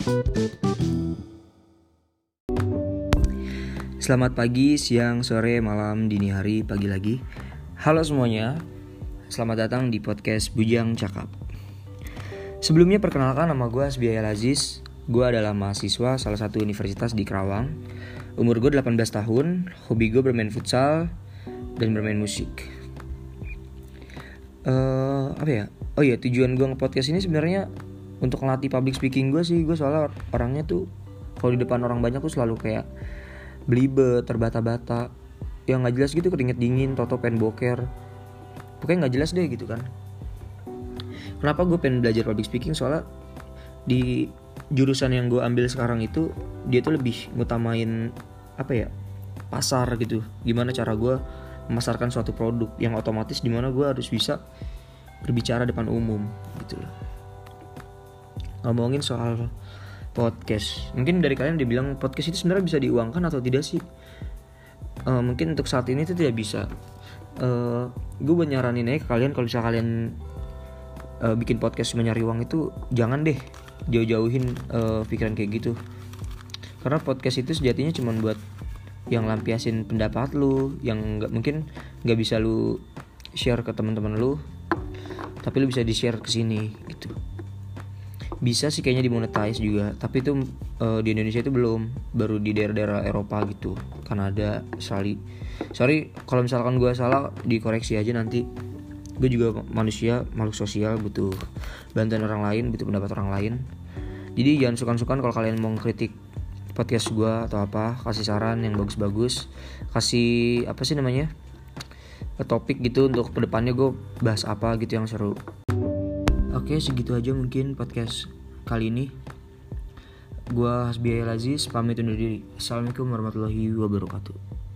Selamat pagi, siang, sore, malam, dini hari, pagi lagi. Halo semuanya, selamat datang di podcast Bujang Cakap. Sebelumnya perkenalkan, nama gue Hasbiaya Aziz. Gue adalah mahasiswa salah satu universitas di Kerawang. Umur gue 18 tahun, hobi gue bermain futsal dan bermain musik. Tujuan gue nge-podcast ini sebenarnya untuk ngelatih public speaking gue sih. Gue soalnya orangnya tuh kalau di depan orang banyak tuh selalu kayak belibet, terbata-bata, yang nggak jelas gitu, keringet dingin, toto pengen boker, pokoknya nggak jelas deh gitu kan. Kenapa gue pengen belajar public speaking? Soalnya di jurusan yang gue ambil sekarang itu dia tuh lebih ngutamain pasar gitu. Gimana cara gue memasarkan suatu produk yang otomatis dimana gue harus bisa berbicara depan umum gitu loh. Ngomongin soal podcast, mungkin dari kalian dia bilang podcast itu sebenarnya bisa diuangkan atau tidak sih? Mungkin untuk saat ini itu tidak bisa. Gue buat nyaranin aja ke kalian, kalau misalnya kalian bikin podcast mencari uang itu jangan deh, jauh-jauhin pikiran kayak gitu. Karena podcast itu sejatinya cuma buat yang lampiasin pendapat lu, yang mungkin nggak bisa lu share ke teman-teman lu, tapi lu bisa di share ke sini gitu. Bisa sih kayaknya dimonetize juga, tapi itu di Indonesia itu belum, baru di daerah-daerah Eropa gitu, Kanada, Australia. Sorry kalau misalkan gue salah, dikoreksi aja nanti. Gue juga manusia, makhluk sosial, butuh bantuan orang lain, butuh pendapat orang lain. Jadi jangan sukan-sukan kalau kalian mau kritik podcast gue atau apa, kasih saran yang bagus-bagus, kasih topik gitu untuk kedepannya gue bahas apa gitu yang seru. Oke, segitu aja mungkin podcast kali ini. Gua Hasbiaya Aziz, pamit undur diri. Assalamualaikum warahmatullahi wabarakatuh.